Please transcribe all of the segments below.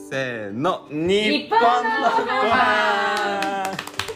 せーの、日本のご飯。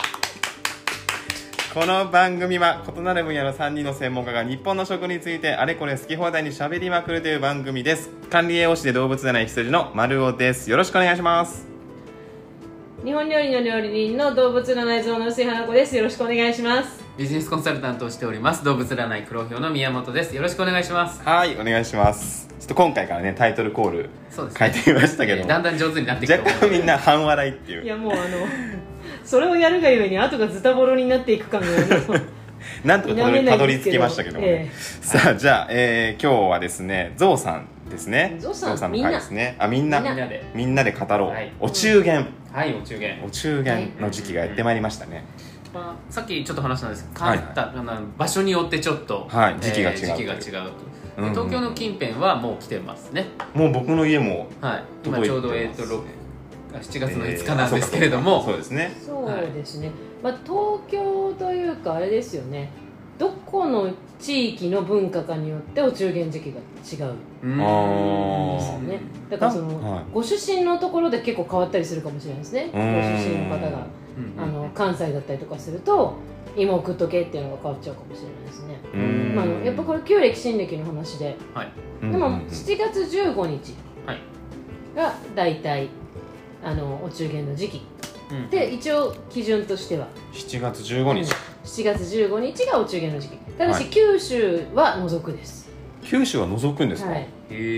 この番組は異なる分野の3人の専門家が日本の食についてあれこれ好き放題に喋りまくるという番組です。管理栄養士で動物占い羊の丸尾です。よろしくお願いします。 日本料理の料理人の動物占い像の薄井花子です。よろしくお願いします。 ビジネスコンサルタントをしております動物占い黒豹の宮本です。よろしくお願いします。 はい、お願いします。ちょっと今回からねタイトルコールそうですね書いてみましたけど、 だんだん上手になってきて若干みんな半笑いっていう。 いやもうそれをやるがゆえに後がズタボロになっていく感がなんとかたどり着きましたけどもね、さあじゃあ、今日はですねゾウさんですね。 ゾウさんの回ですね。みんなで語ろう、 はい、 お中元、 はい、お中元の時期がやってまいりましたね。 まあ、さっきちょっと話したんですけど、 はい場所によってちょっと、 はい時期が違うと。東京の近辺はもう来てますね。 もう僕の家もはい、今ちょうど7月の5日なんですけれども、 そうですね。 そうですね、まあ、東京というかあれですよね、どこの地域の文化かによってお中元時期が違うんですよね。だからご出身のところで結構変わったりするかもしれないですね。ご出身の方が関西だったりとかすると芋食っとけっていうのが変わっちゃうかもしれないですね。やっぱこれ旧暦新暦の話で、 はい、 でも7月15日がだいたいお中元の時期で、一応基準としては 7月15日、 7月15日がお中元の時期。ただし九州は除くです。 九州は除くんですか？ はい、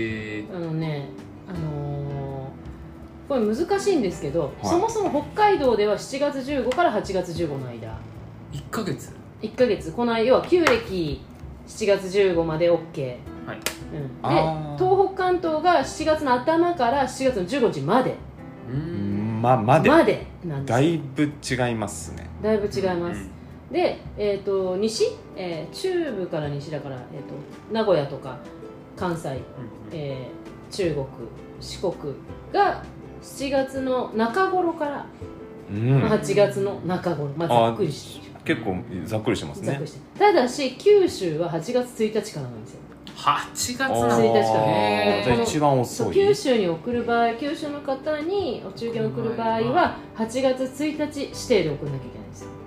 これ難しいんですけど、そもそも北海道では7月15から8月15の間 1ヶ月この要は旧暦7月15まで OK、で東北関東が7月の頭から7月の15日までまでなんです。 だいぶ違いますね。 だいぶ違います。で、中部から西だから、名古屋とか関西、中国、四国が7月の中頃から、8月の中頃、ざっくりしてる。 結構ざっくりしてますね。 ただし九州は8月1日からなんですよ。 8月 1日からじゃあ一番遅い。 九州に送る場合、九州の方にお中元を送る場合は8月1日指定で送らなきゃいけないんですよ。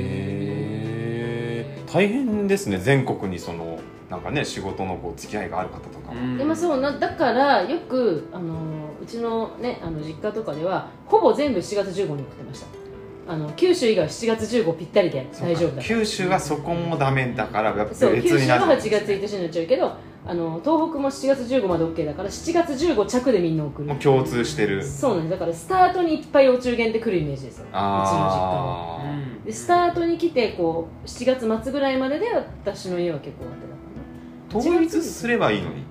へー、大変ですね。全国になんかね仕事の付き合いがある方とか。 だからよくうちのね実家とかではほぼ全部7月15に送ってました。九州以外は7月15ぴったりで大丈夫だ。 九州はそこもダメだから別に九州は8月1日になっちゃうけど、東北も7月15まで OK だから7月15着でみんな送る。 もう共通してる。 そうなんです。だからスタートにいっぱいお中元って来るイメージですよ、うちの実家は。でスタートに来て7月末ぐらいまでで私の家は結構終わってたかな。 統一すればいいのに。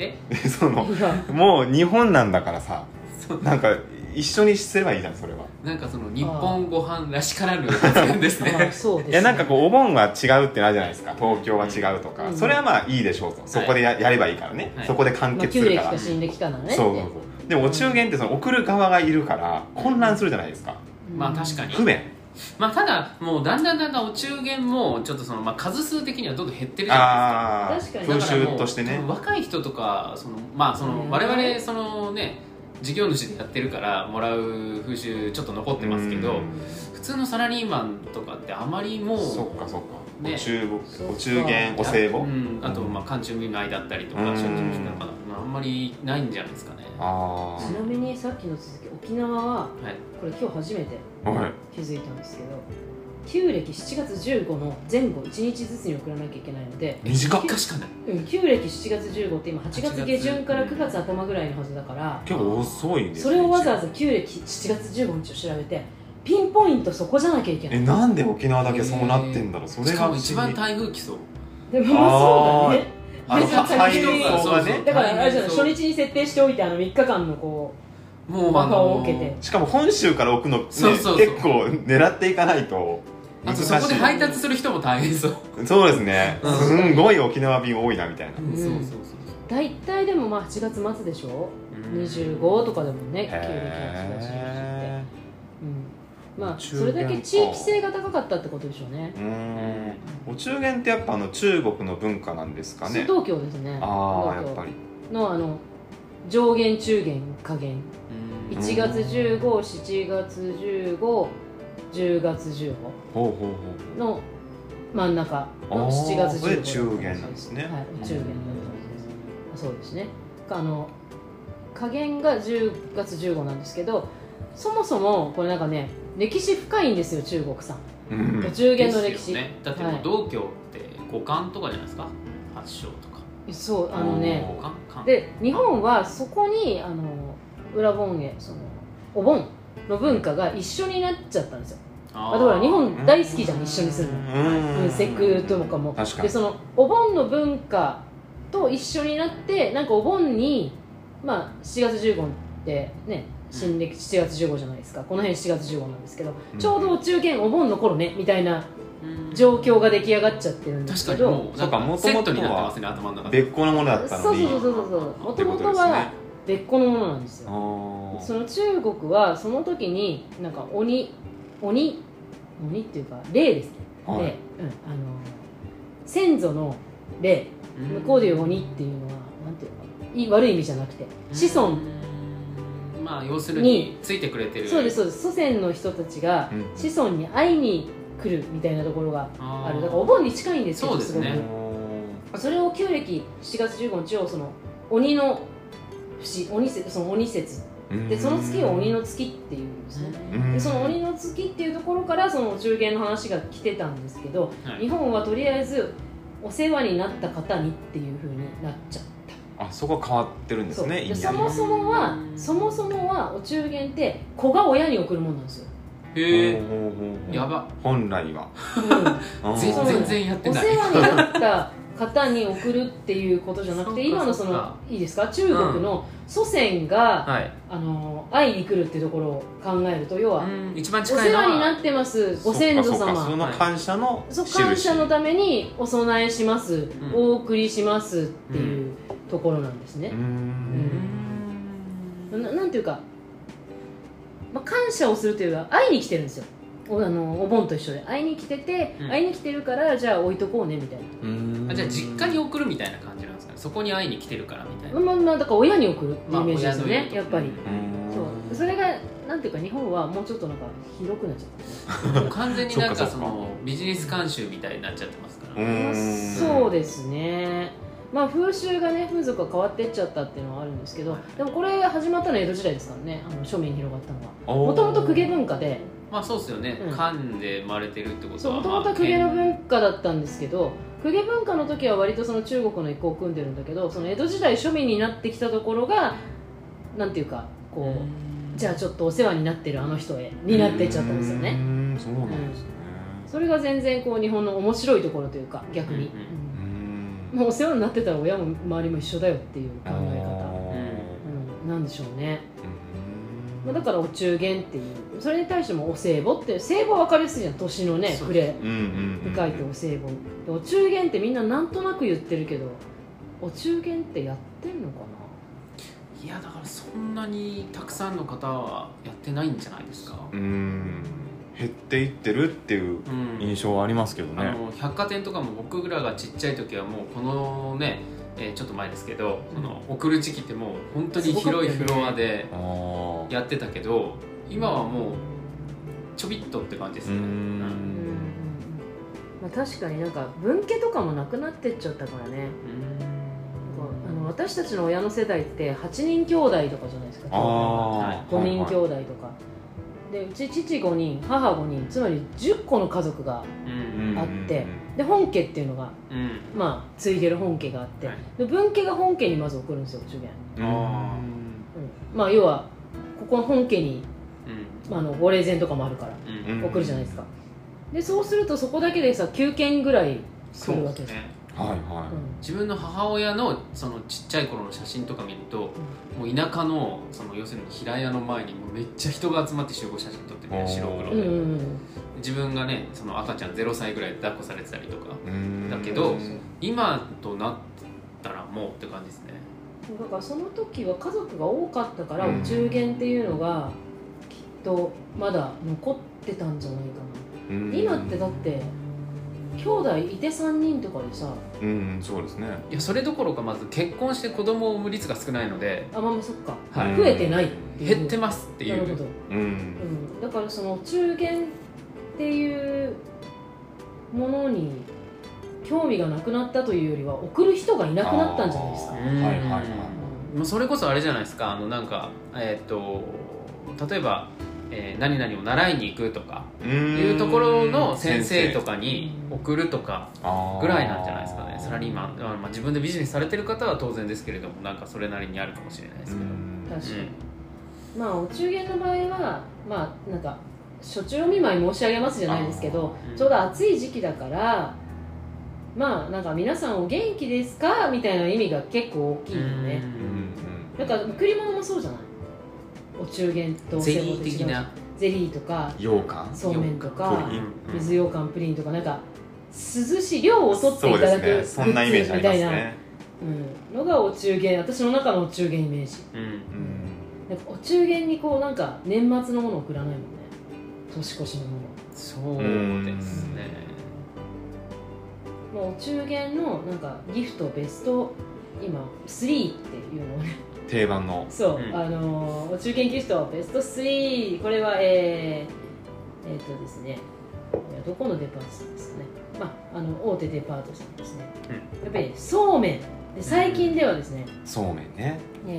もう日本なんだからさ、なんか一緒にすればいいじゃん。それはなんか日本ご飯らしからぬ発言ですね。 そうですね。 いやなんかお盆は違うってなるじゃないですか。東京は違うとか、それはまあいいでしょうと。そこでやればいいからね、そこで完結するから。 旧暦か新暦かなね。 そうでもお中元って送る側がいるから混乱するじゃないですか。 まあ確かに不便。 ただもうだんだんお中元もちょっと数数的にはどんどん減ってるじゃないですか。 風習としてね。 若い人とか我々事業主でやってるからもらう風習ちょっと残ってますけど、普通のサラリーマンとかってあまりもうそっかお中元お歳暮、 あと寒中見舞いだったりとか初日の日なんかあんまりないんじゃないですかね。 ちなみにさっきの続き、沖縄はこれ今日初めて気づいたんですけど、旧暦7月15の前後1日ずつに送らなきゃいけないので、 短っかしかない。 旧暦7月15って今8月下旬から9月頭ぐらいのはずだから、 結構遅いんですね。 それをわざわざ旧暦7月15日を調べてピンポイントそこじゃなきゃいけない。 なんで沖縄だけそうなってんだろう。それがしかも一番台風来そう。 でもそうだね。 だからあれじゃない、初日に設定しておいて3日間のもうバッファーを受けて、 しかも本州から置くの結構狙っていかないと。 あとそこで配達する人も大変そう。 そうですね。すんごい沖縄便多いなみたいな。 大体でも8月末でしょ。25とかでもね、旧暦8月って。それだけ地域性が高かったってことでしょうね。 お中元ってやっぱ中国の文化なんですかね。 東京ですね。 やっぱりの上限中限下限 1月15、7月15、10月15の真ん中の7月15 これ中元なんですね。 はい、お中元の感じです。そうですね。加減が10月15なんですけど、そもそもこれなんかね歴史深いんですよ、中国さん。お中元の歴史、 ね、だってもう道教って五漢とかじゃないですか、発祥とか。 そう五漢で日本はそこに裏盆へそのお盆の文化が一緒になっちゃったんですよ。だから日本大好きじゃん、一緒にするの。節句とかも。でそのお盆の文化と一緒になってなんかお盆にまあ7月15ってね新暦7月15じゃないですか。この辺7月15なんですけど、ちょうどお中元お盆の頃ねみたいな状況が出来上がっちゃってるんですけど、 確かにもうなんかもともとになってますね、頭の中で。 別個のものだったのに。 そうもともとは別個のものなんですよ。その中国はその時になんか鬼っていうか霊ですね、 はい、 先祖の霊、向こうでいう鬼っていうのはなんていうか悪い意味じゃなくて子孫、 まあ要するについてくれてる。 そうです祖先の人たちが子孫に会いに来るみたいなところがある。だからお盆に近いんですよ。 そうですね。 それを旧暦7月15日をその鬼の鬼節で、その月を鬼の月っていうんですね。でその鬼の月っていうところからそのお中元の話が来てたんですけど、はい、日本はとりあえずお世話になった方にっていう風になっちゃった。 そこは変わってるんですね。 でそもそもはお中元って子が親に送るもんなんですよ。 へえ、やば。 本来は、 全然やってない。 お世話になった方に送るっていうことじゃなくて、今のそのいいですか、中国の祖先が、会いに来るっていうところを考えると、要は一番お世話になってますご先祖様、 その感謝のためにお供えします、お送りしますっていうところなんですね。なんていうか、感謝をするというか会いに来てるんですよ。お盆と一緒で会いに来てて、会いに来てるからじゃあ置いとこうねみたいな。 じゃあ実家に送るみたいな感じなんですかね。そこに会いに来てるからみたいな。 だから親に送るっていうイメージですよね、やっぱり。それがなんていうか、日本はもうちょっとなんか広くなっちゃった。 もう完全になんかそのビジネス慣習みたいになっちゃってますから。 そうですね。風習がね、風俗が変わっていっちゃったっていうのはあるんですけど、でもこれ始まったのは江戸時代ですからね。庶民に広がったのはもともと公家文化で、 そうですよね。漢で生まれてるってことは、 もともとは公家の文化だったんですけど、公家文化の時は割とその中国の意向を組んでるんだけど、その江戸時代庶民になってきたところがなんていうかこう、じゃあちょっとお世話になってるあの人へになっていっちゃったんですよね。 そうなんですね。 それが全然こう日本の面白いところというか、逆にもうお世話になってたら親も周りも一緒だよっていう考え方、なんでしょうね。だからお中元っていう、それに対してもお歳暮って、歳暮は分かりやすいじゃん、年のね暮れって書いてお歳暮で、お中元ってみんななんとなく言ってるけど、お中元ってやってんのかな。 いやだからそんなにたくさんの方はやってないんじゃないですか。 減っていってるっていう印象はありますけどね。 百貨店とかも僕らがちっちゃい時はもうこのね、ちょっと前ですけど、その送る時期ってもう本当に広いフロアでやってたけど、今はもうちょびっとって感じですね。 確かになんか分家とかもなくなってっちゃったからね。私たちの親の世代って8人兄弟とかじゃないですか。5人兄弟とかで、うち父5人母5人、つまり10個の家族があって、で本家っていうのが、継いでる本家があって、で分家が本家にまず送るんですよ、お中元。要はここの本家に、ご霊前とかもあるから送るじゃないですか。でそうするとそこだけでさ9件ぐらい来るわけです。 自分の母親のそのちっちゃい頃の写真とか見ると、もう田舎のその要するに平屋の前にもうめっちゃ人が集まって集合写真撮ってるね、白黒で。自分がね、その赤ちゃん0歳ぐらいで抱っこされてたりとかだけど、今となったらもうって感じですね。 だからその時は家族が多かったから、お中元っていうのがきっとまだ残ってたんじゃないかな。今ってだって兄弟いて3人とかでさ、 そうですね。 いやそれどころかまず結婚して子供を産む率が少ないので、 まあそっか、 はい増えてないっていう、 減ってますっていう。 なるほど、だからそのお中元っていうものに興味がなくなったというよりは送る人がいなくなったんじゃないですか。 もうそれこそあれじゃないですか、なんか例えば、何々を習いに行くとかいうところの先生とかに送るとかぐらいなんじゃないですかね。サラリーマン、まあ、自分でビジネスされてる方は当然ですけれども、なんかそれなりにあるかもしれないですけど。 確かに、まあお中元の場合はまあなんか初中お見舞い申し上げますじゃないですけど、ちょうど暑い時期だからまあなんか皆さんお元気ですかみたいな意味が結構大きいよね。だから贈り物もそうじゃない、お中元とゼリー的なゼリーとか羊羹、 そうめんとか水羊羹、プリンとか、なんか涼しい量を取っていただくグッズみたいなのがお中元、私の中のお中元イメージ。なんかお中元にこうなんか年末のものを送らないもんね、年越しのもの。 そうですね。 もうお中元のなんかギフトベスト今3っていうのをね、 定番のそう、お中元ギフトベスト3、これはですね、どこのデパートさんですかね、まあ大手デパートさんですね、やっぱりそうめんで、最近ではですね、 そうめんね、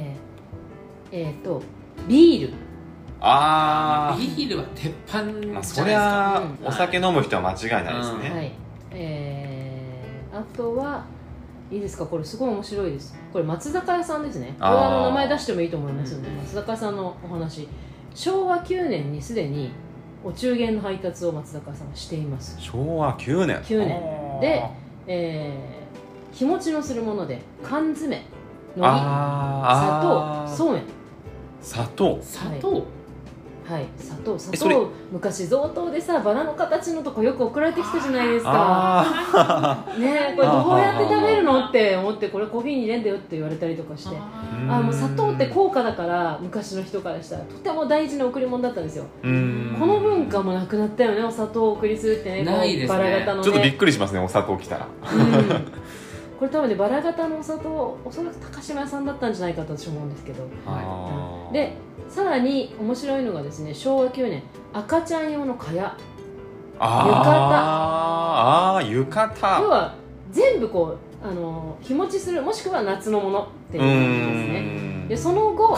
ビール。 ビールは鉄板じゃないですか。 そりゃお酒飲む人は間違いないですね。 はい、あとはいいですか、これすごい面白いです。これ松坂屋さんですね。これ名前出してもいいと思いますよね。松坂屋さんのお話、昭和9年にすでにお中元の配達を松坂屋さんはしています。 昭和9年で、日持ちのするもので缶詰、海苔、砂糖、そうめん。 砂糖、 はい、砂糖昔贈答でさ、バラの形のとかよく送られてきたじゃないですか。ね、これどうやって食べるのって思って、これコーヒーに入れんだよって言われたりとかして、もう砂糖って高価だから、昔の人からしたらとても大事な贈り物だったんですよ。この文化もなくなったよね、お砂糖をお送りするってね。 ないですね。 バラ型のね、 ちょっとびっくりしますね、お砂糖来たら。 これ多分ね、バラ型のお砂糖、おそらく高島屋さんだったんじゃないかと私は思うんですけど、でさらに面白いのがですね、昭和9年赤ちゃん用の蚊帳、浴衣、要は全部こう日持ちする、もしくは夏のものっていう感じですね。でその後、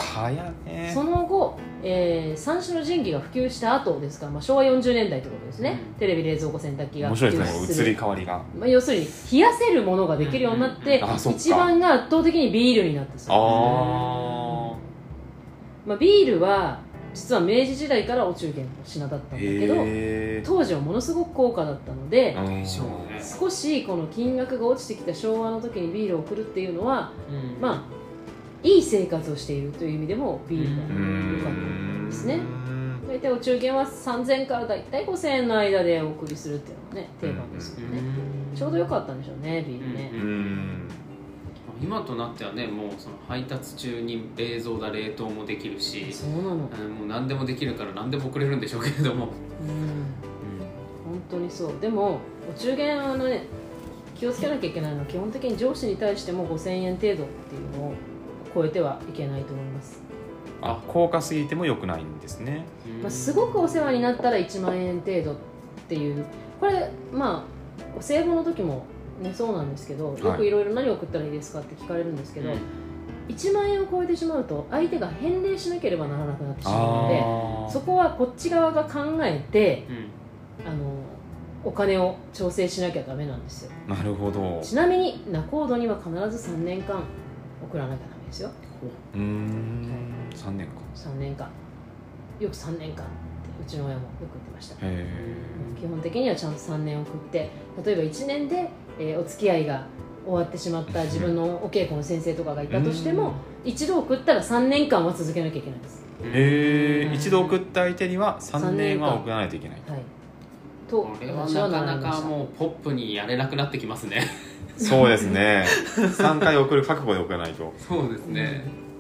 三種の神器が普及した後ですから、昭和40年代ということですね。テレビ、冷蔵庫、洗濯機が普及する。 面白いですね、移り変わりが。 要するに冷やせるものができるようになって、一番が圧倒的にビールになったんですよ。ビールは実は明治時代からお中元の品だったんだけど、当時はものすごく高価だったので、少しこの金額が落ちてきた昭和の時にビールを送るっていうのは、いい生活をしているという意味でもビールが良かったんですね。大体お中元は3000から大体5000円の間でお送りするっていうのがね、定番ですよね。ちょうど良かったんでしょうね、ビールね。 今となってはね、もうその配達中に冷蔵だ冷凍もできるし、 そうなの、もう何でもできるから何でも送れるんでしょうけれども、 本当にそう。でもお中元はね、気をつけなきゃいけないのは、基本的に上司に対しても5000円程度っていうのを超えてはいけないと思います。 高価すぎても良くないんですね。 すごくお世話になったら1万円程度っていう、これお歳暮の時もね、そうなんですけど、よくいろいろ何を送ったらいいですかって聞かれるんですけど、1万円を超えてしまうと相手が返礼しなければならなくなってしまうので、そこはこっち側が考えて、お金を調整しなきゃダメなんですよ。 なるほど。 ちなみに仲人には必ず3年間送らなきゃダメですよ。 3年間 3年間、よく3年間ってうちの親もよく言ってました。基本的にはちゃんと3年送って、例えば1年でお付き合いが終わってしまった自分のお稽古の先生とかがいたとしても、一度送ったら3年間は続けなきゃいけないです。 一度送った相手には3年は送らないといけない。 と、 これはなかなかもうポップにやれなくなってきますね。 そうですね。3回送る覚悟で送らないと。 そうですね。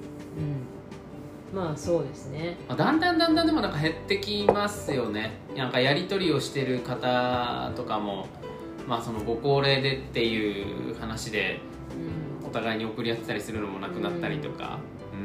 そうですね。 だんだんでもなんか減ってきますよね。なんかやり取りをしてる方とかもまあそのご高齢でっていう話でお互いに送り合ってたりするのもなくなったりとか、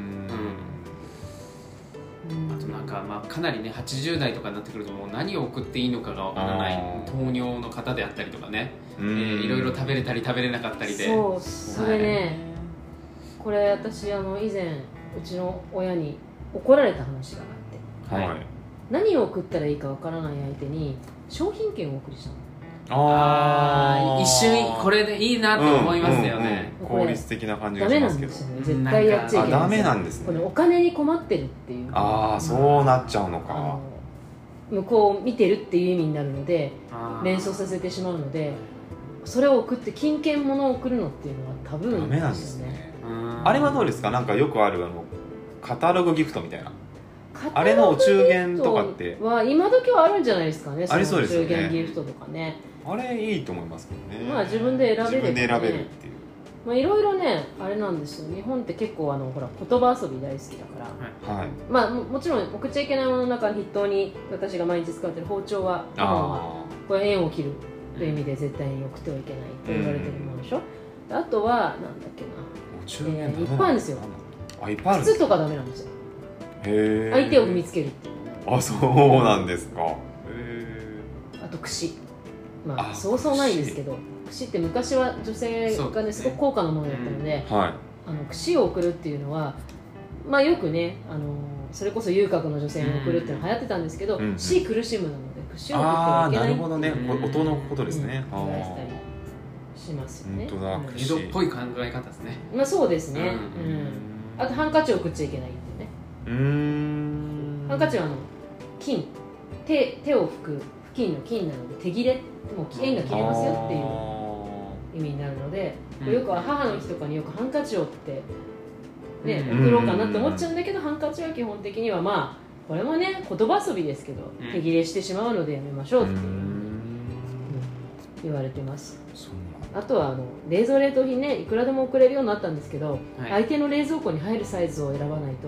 あとなんかまあかなりね80代とかになってくるともう何を送っていいのかがわからない糖尿の方であったりとかね、いろいろ食べれたり食べれなかったりで、 それね、これ私以前うちの親に怒られた話があって、何を送ったらいいかわからない相手に商品券をお送りしたの。 一瞬これでいいなと思いますよね。 効率的な感じがしますけど、 ダメなんですよね、絶対やっちゃいけない。 ダメなんですね。 これお金に困ってるっていう、 そうなっちゃうのか。 向こうを見てるっていう意味になるので連想させてしまうので、それを送って金券物を送るのっていうのはタブーなんですよね。 あれはどうですか？なんかよくあるカタログギフトみたいな、あれのお中元とかっては今時はあるんじゃないですかね。 ありそうですよね。 お中元ギフトとかね、 あれいいと思いますけどね。 まあ自分で選べる、 自分で選べるっていう、 まあいろいろねあれなんですよ。日本って結構ほら言葉遊び大好きだから、 はい、 まあもちろん送っちゃいけないものの中に筆頭に私が毎日使ってる包丁はこれ縁を切るという意味で絶対に送ってはいけないと言われてるものでしょ。あとはなんだっけな、 お中元いっぱいあるんですよ。 いっぱいあるんです靴とかダメなんですよ。 へー、 相手を踏みつけるっていう。 そうなんですか。へあと櫛、まあそうそうないんですけど、櫛って昔は女性がねすごく高価なものだったので、櫛を送るっていうのはまあよくねそれこそ遊郭の女性に送るっていうのが流行ってたんですけど、死苦しむなので櫛を送ってはいけない。 なるほどね、音のことですね。 言われてたりしますよね。 本当だ、 江戸っぽい考え方ですね。 まあそうですね。あとハンカチを送っちゃいけないっていうね。ハンカチは金、手を拭く付近の金なので手切れ、もう縁が切れますよっていう意味になるので、よくは母の日とかによくハンカチをってね送ろうかなって思っちゃうんだけど、ハンカチは基本的にはまあこれもね言葉遊びですけど、手切れしてしまうのでやめましょうって言われてます。あとは冷蔵冷凍品ねいくらでも送れるようになったんですけど、相手の冷蔵庫に入るサイズを選ばないと、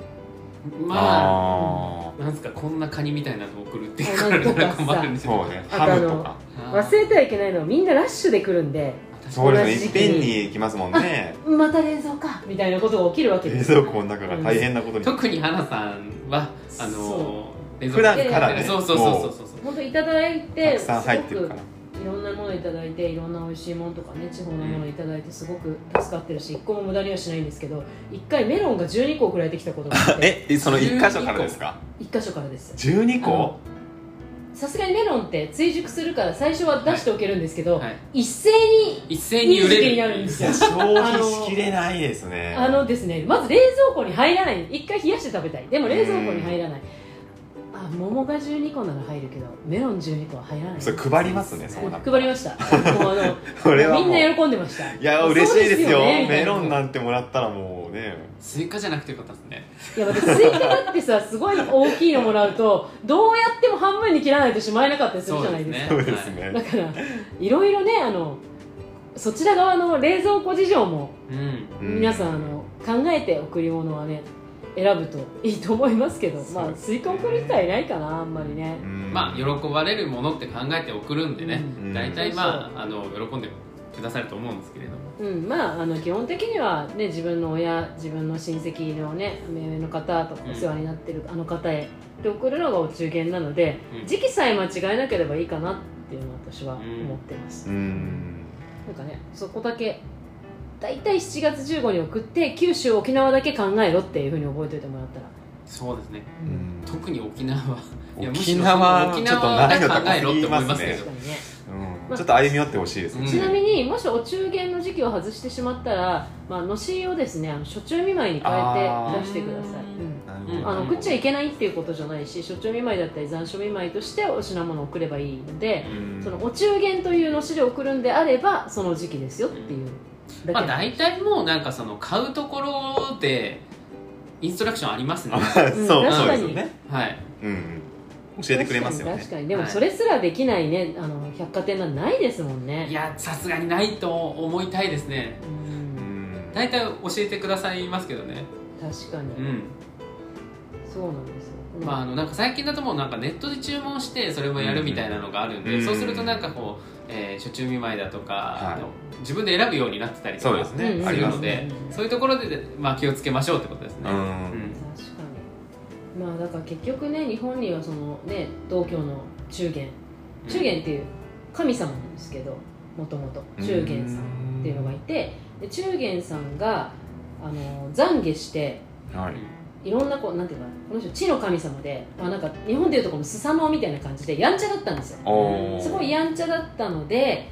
まあなんですか、こんなカニみたいなの送るって言われたら困るんですよね。 あと忘れてはいけないのはみんなラッシュで来るんで、 そうですね、いっぺんに行きますもんね。 また冷蔵かみたいなことが起きるわけです。 冷蔵庫の中が大変なことに。 特に花さんは普段からね、 そう本当いただいてたくさん入ってるから、 いろんなものいただいて、いろんな美味しいものとかね地方のものいただいてすごく助かってるし、一個も無駄にはしないんですけど、一回メロンが12個送られてきたことがあって。 その1箇所からですか ？1箇所からです。 12個？ さすがにメロンって追熟するから最初は出しておけるんですけど、一斉に売れるになるんですよ。 消費しきれないですね。 ですね、まず冷蔵庫に入らない。一回冷やして食べたい。でも冷蔵庫に入らない。桃が12個なら入るけどメロン12個は入らない。 それ配りますね。そう配りました。みんな喜んでました。 いや嬉しいですよ。メロンなんてもらったらもうね。 スイカじゃなくてよかったですね。 いや、スイカだってさ、すごい大きいのもらうとどうやっても半分に切らないとしまえなかったりするじゃないですか。 そうですね。 だからいろいろねそちら側の冷蔵庫事情も皆さん考えて贈り物はね選ぶといいと思いますけど、まあスイカ送る人はいないかな、あんまりね。 まあ喜ばれるものって考えて送るんでね、大体まあ喜んでくださると思うんですけれども、 まあ基本的にはね自分の親、自分の親戚のね目上の方とかお世話になってる方へで送るのがお中元なので、時期さえ間違えなければいいかなっていうのは私は思ってます。なんかね、そこだけだいたい7月15に送って九州沖縄だけ考えろっていうふうに覚えておいてもらったら。 そうですね、特に沖縄沖縄ちょっと難易度高すぎますね。ちょっと歩み寄ってほしいですね。 ちなみにもしお中元の時期を外してしまったら、のしをですね暑中見舞いに変えて出してください。送っちゃいけないっていうことじゃないし、暑中見舞いだったり残暑見舞いとしてお品物を送ればいいので、そのお中元というのしで送るんであればその時期ですよっていうだけ。 大体もうなんか買うところでインストラクションありますね。 そうですよね。 はい。 教えてくれますよね。 確かに。でもそれすらできないね百貨店なんないですもんね。 いや、さすがにないと思いたいですね。大体教えてくださいますけどね。 確かに。そうなんですよ。 なんか最近だともうなんかネットで注文してそれもやるみたいなのがあるんで、そうするとなんか暑中見舞いだとか、 はい自分で選ぶようになってたりとかそうですねするので、 ありますねそういうところで、まあ、気をつけましょうってことですね。 うん確かに。まあだから結局ね、日本にはそのね、道教の中元っていう神様なんですけど、もともと中元さんっていうのがいて、で中元さんが懺悔してはいいろんななんていうかな、この人地の神様で、まあ、なんか日本でいうとこのスサノオみたいな感じでやんちゃだったんですよ。 おーすごいやんちゃだったので、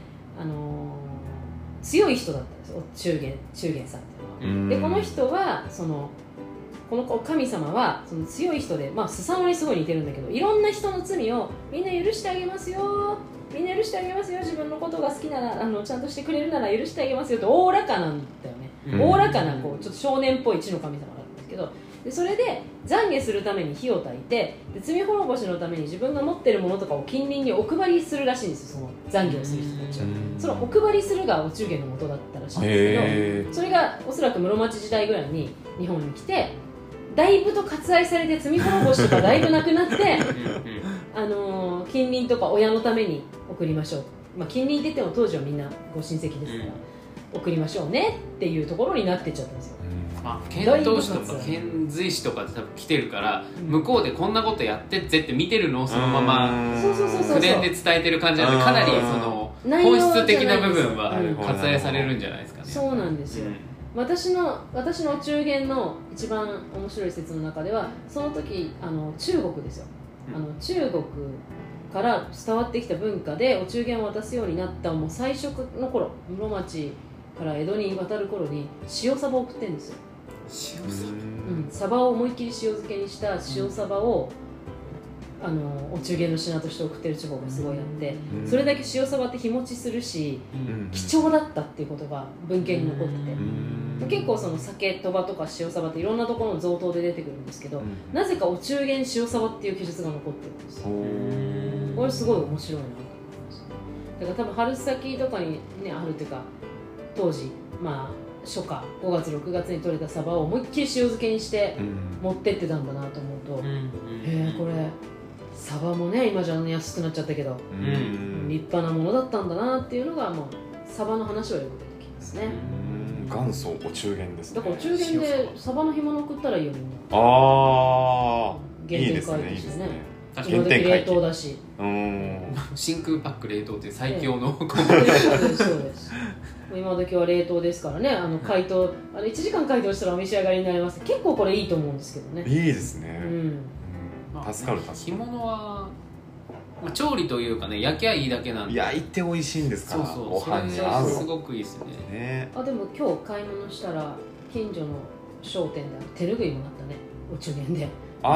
強い人だったんですよ、中元さんっていうのは。でこの人はこの神様はその強い人で、まあ、スサノオにすごい似てるんだけど、いろんな人の罪をみんな許してあげますよ、みんな許してあげますよ、自分のことが好きならちゃんとしてくれるなら許してあげますよっておおらかなんだよね、おおらかなちょっと少年っぽい地の神様なんですけど、でそれで懺悔するために火を焚いて、で罪滅ぼしのために自分が持ってるものとかを近隣にお配りするらしいんですよ、その懺悔をする人たちは。そのお配りするがお中元の元だったらしいんですけど、それがおそらく室町時代ぐらいに日本に来て、だいぶと割愛されて罪滅ぼしとかだいぶなくなって近隣とか親のために送りましょう、まあ、近隣って言っても当時はみんなご親戚ですから、送りましょうねっていうところになってっちゃったんですよ。 遣唐使とか遣隋使とかって多分来てるから、向こうでこんなことやってっぜって見てるのをそのまま口伝で伝えてる感じなので、かなりその本質的な部分は割愛されるんじゃないですかね。 そうなんですよ、私のお中元の一番面白い説の中では、その時中国ですよ、中国から伝わってきた文化でお中元を渡すようになったもう最初の頃、室町から江戸に渡る頃に塩サバを送ってるんですよ。 塩ササバを思いっきり塩漬けにした塩サバをお中元の品として送ってる地方がすごいあって、それだけ塩サバって日持ちするし、貴重だったっていうことが文献に残ってて、結構その酒とばとか塩サバっていろんなところの贈答で出てくるんですけど、なぜかお中元塩サバっていう記述が残ってるんですよ。これすごい面白いなと思いました。だから多分春先とかにね、春っていうか当時、まあ初夏5月6月に採れたサバを思いっきり塩漬けにして持ってってたんだなと思うと、へえ、これサバもね今じゃ安くなっちゃったけど、立派なものだったんだなっていうのが、もうサバの話はよく出てきますね。 元祖お中元ですね。 だからお中元でサバの干物送ったらいいよ、みんな。 ああ、 原点回帰してね、 いいですね。 今時冷凍だし。 真空パック冷凍っていう最強のそうです今時は冷凍ですからね、解凍1時間解凍したらお召し上がりになります。結構これいいと思うんですけどね。 いいですね。助かる。 干物は調理というかね、焼きゃいいだけなんで、 焼いて美味しいんですから、ご飯に合う。 すごくいいですね。 でも今日買い物したら近所の商店で手ぬぐいもらったね、お中元で。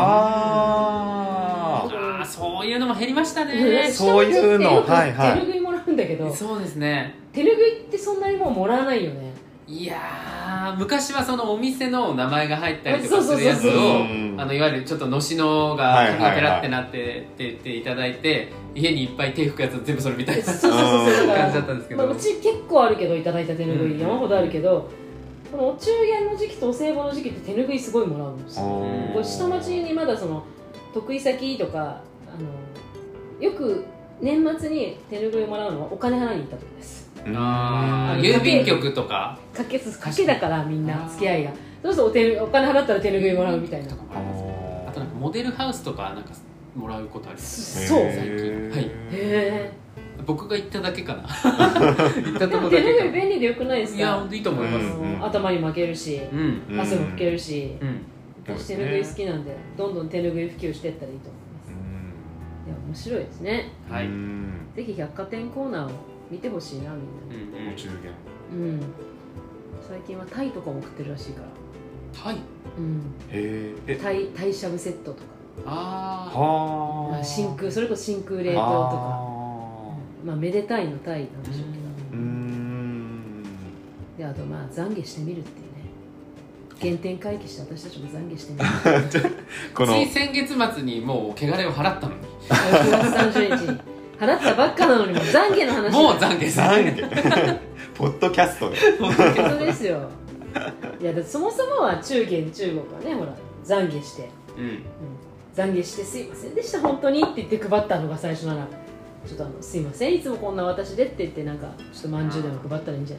そういうのも減りましたね。 そういうの、はいはい。 手ぬぐいもらうんだけど、 そうですね。 手ぬぐいってそんなにもうもらわないよね。 いやー、昔はそのお店の名前が入ったりとかするやつを、いわゆるちょっとのしのがペラってなっていただいて、家にいっぱい手拭くやつ全部それみたいな感じだったんですけど、 うち結構あるけど、いただいた手ぬぐい山ほどあるけど、このお中元の時期とお歳暮の時期って手ぬぐいすごいもらうんですよ。これ下町にまだその得意先とかよく年末に手ぬぐいをもらうのはお金払いに行った時です。 郵便局とかかけだからみんな付き合いが、そうするとお金払ったら手ぬぐいもらうみたいな。 あとなんかモデルハウスとかなんかもらうことあります。 そう、 最近。はい。僕が行っただけかな。行ったとこだけ。 手ぬぐい便利でよくないですか？ いや、本当いいと思います。 頭に巻けるし、汗も拭けるし、私手ぬぐい好きなんで、どんどん手ぬぐい普及していったらいいと思います。いや、面白いですね。 はい。 ぜひ百貨店コーナーを見てほしいな、みんな。 お中元。 最近はタイとかも食ってるらしいから。 タイ？ タイしゃぶセットとか。真空、それこそ真空冷凍とか。まあめでたいのタイなんでしょうけど。で、あとまあ懺悔してみるっていうね。原点回帰して私たちも懺悔してみる。 つい先月末にもう汚れを払ったのに。 9月30日に払ったばっかなのにもう懺悔の話。 もう懺悔する。 ポッドキャストで。 本当ですよ。いやだってそもそもは中国はね、ほら懺悔して、懺悔してすいませんでした本当にって言って配ったのが最初なら、 ちょっとすいませんいつもこんな私でって言ってなんかちょっとまんじゅうでも配ったらいいんじゃ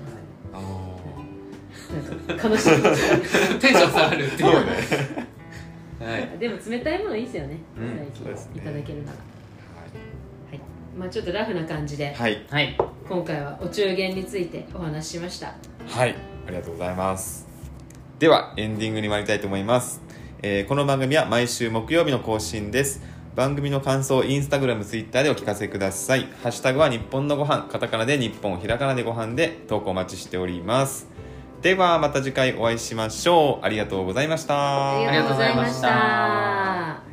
ないなんか悲しい気持ちがテンション下がるっていうねはい、 でも冷たいものいいですよね、 そうですね、 いただけるなら、はいまあ、ちょっとラフな感じで、 はい、 今回はお中元についてお話ししました。 はい、ありがとうございます。ではエンディングに参りたいと思います。この番組は毎週木曜日の更新です。番組の感想をインスタグラム、ツイッターでお聞かせください。ハッシュタグは日本のご飯、カタカナで日本、ひらがなでご飯で投稿お待ちしております。ではまた次回お会いしましょう。ありがとうございました。 ありがとうございました。